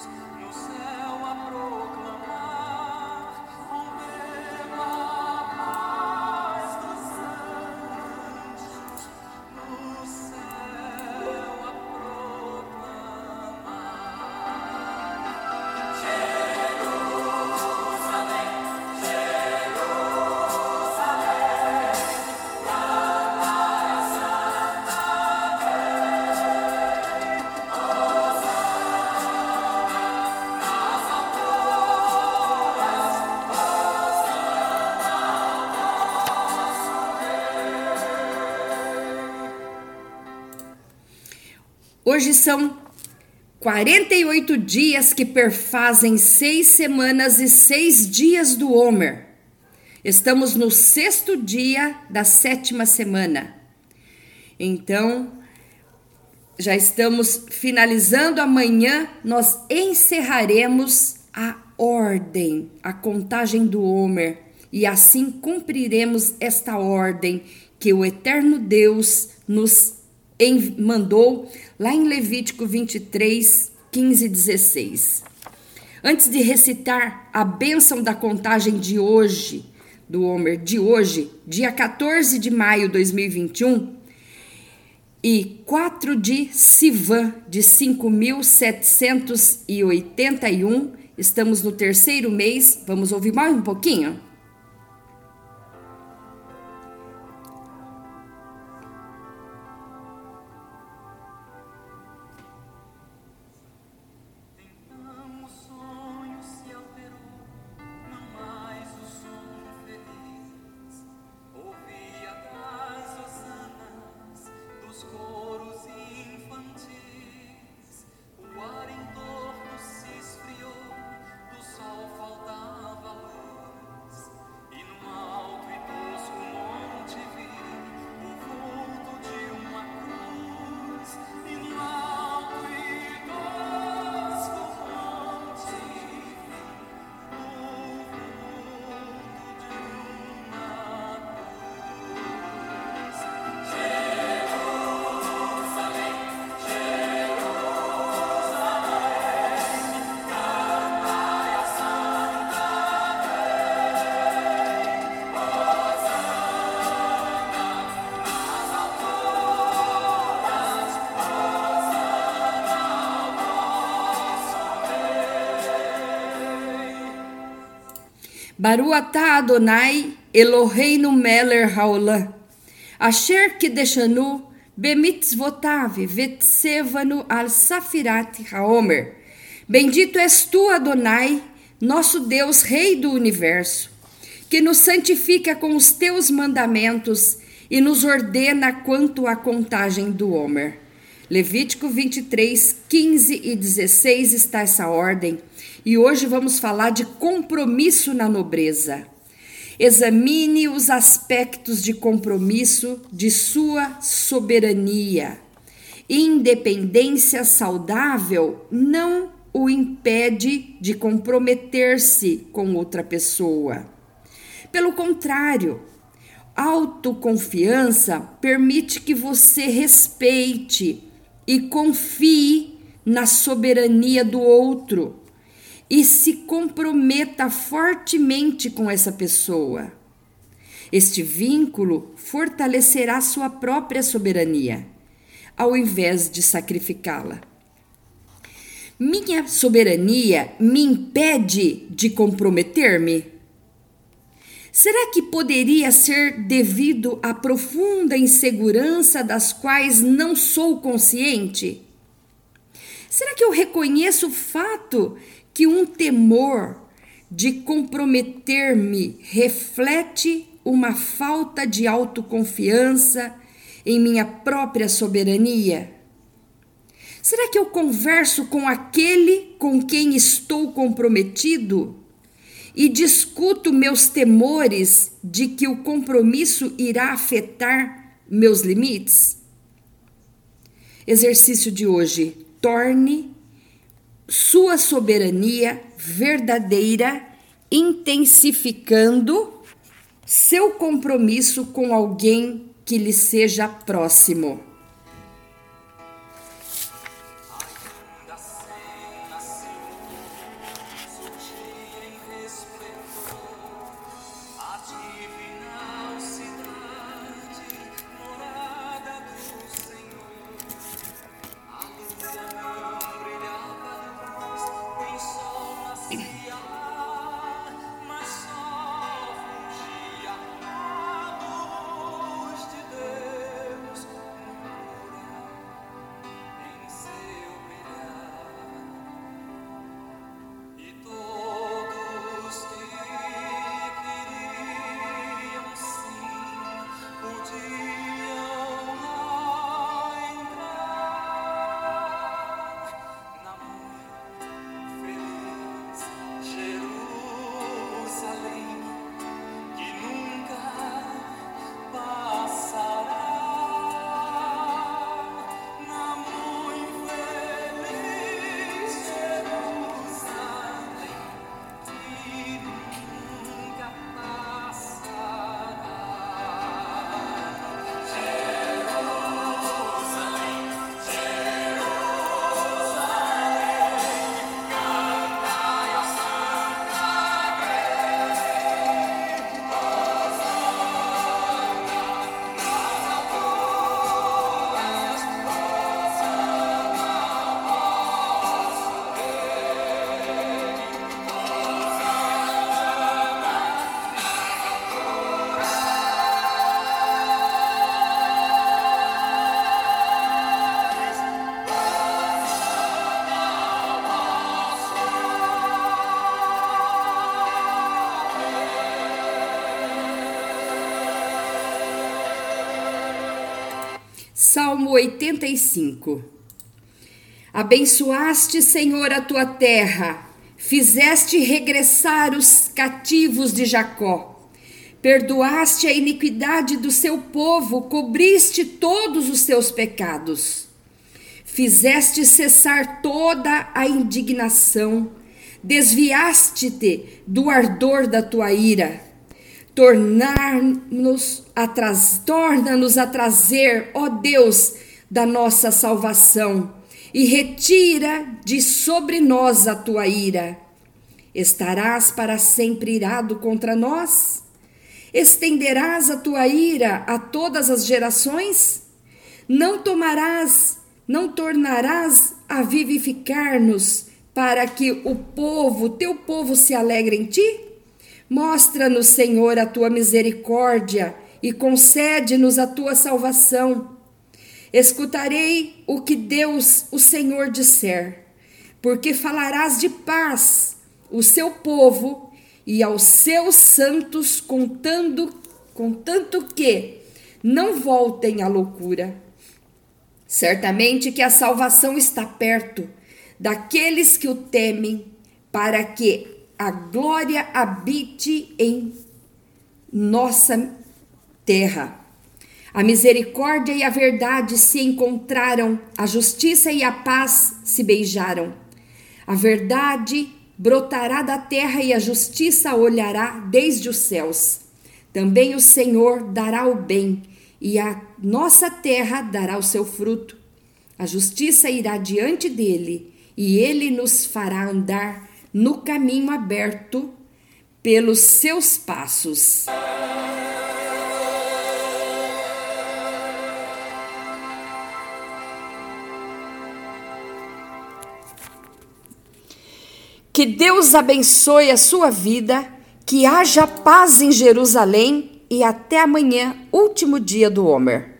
Hoje são 48 dias que perfazem 6 semanas e 6 dias do Homer. Estamos no 6º dia da 7ª semana. Então, já estamos finalizando. Amanhã nós encerraremos a ordem, a contagem do Homer. E assim cumpriremos esta ordem que o eterno Deus nos mandou lá em Levítico 23, 15 e 16. Antes de recitar a bênção da contagem de hoje, do Homer de hoje, dia 14 de maio de 2021, e 4 de Sivan de 5.781, estamos no 3º mês, vamos ouvir mais um pouquinho? Baru atah Adonai Eloheinu melech haolam, asher kideshanu bemitzvotav vetsevanu al safirat haomer. Bendito és tu, Adonai, nosso Deus, Rei do Universo, que nos santifica com os teus mandamentos e nos ordena quanto à contagem do Homer. Levítico 23, 15 e 16 está essa ordem. E hoje vamos falar de compromisso na nobreza. Examine os aspectos de compromisso de sua soberania. Independência saudável não o impede de comprometer-se com outra pessoa. Pelo contrário, autoconfiança permite que você respeite e confie na soberania do outro e se comprometa fortemente com essa pessoa. Este vínculo fortalecerá sua própria soberania, ao invés de sacrificá-la. Minha soberania me impede de comprometer-me? Será que poderia ser devido à profunda insegurança das quais não sou consciente? Será que eu reconheço o fato que um temor de comprometer-me reflete uma falta de autoconfiança em minha própria soberania? Será que eu converso com aquele com quem estou comprometido e discuto meus temores de que o compromisso irá afetar meus limites? Exercício de hoje: torne sua soberania verdadeira, intensificando seu compromisso com alguém que lhe seja próximo. Salmo 85. Abençoaste, Senhor, a tua terra, fizeste regressar os cativos de Jacó. Perdoaste a iniquidade do seu povo, cobriste todos os seus pecados. Fizeste cessar toda a indignação, desviaste-te do ardor da tua ira. Torna-nos a trazer, ó Deus, da nossa salvação, e retira de sobre nós a tua ira. Estarás para sempre irado contra nós? Estenderás a tua ira a todas as gerações? Não tornarás a vivificar-nos para que teu povo se alegre em ti? Mostra-nos, Senhor, a tua misericórdia e concede-nos a tua salvação. Escutarei o que Deus, o Senhor, disser, porque falarás de paz o seu povo e aos seus santos, contanto que não voltem à loucura. Certamente que a salvação está perto daqueles que o temem, para que a glória habite em nossa terra. A misericórdia e a verdade se encontraram, a justiça e a paz se beijaram. A verdade brotará da terra e a justiça olhará desde os céus. Também o Senhor dará o bem e a nossa terra dará o seu fruto. A justiça irá diante dele e ele nos fará andar no caminho aberto pelos seus passos. Que Deus abençoe a sua vida, que haja paz em Jerusalém e até amanhã, último dia do Homer.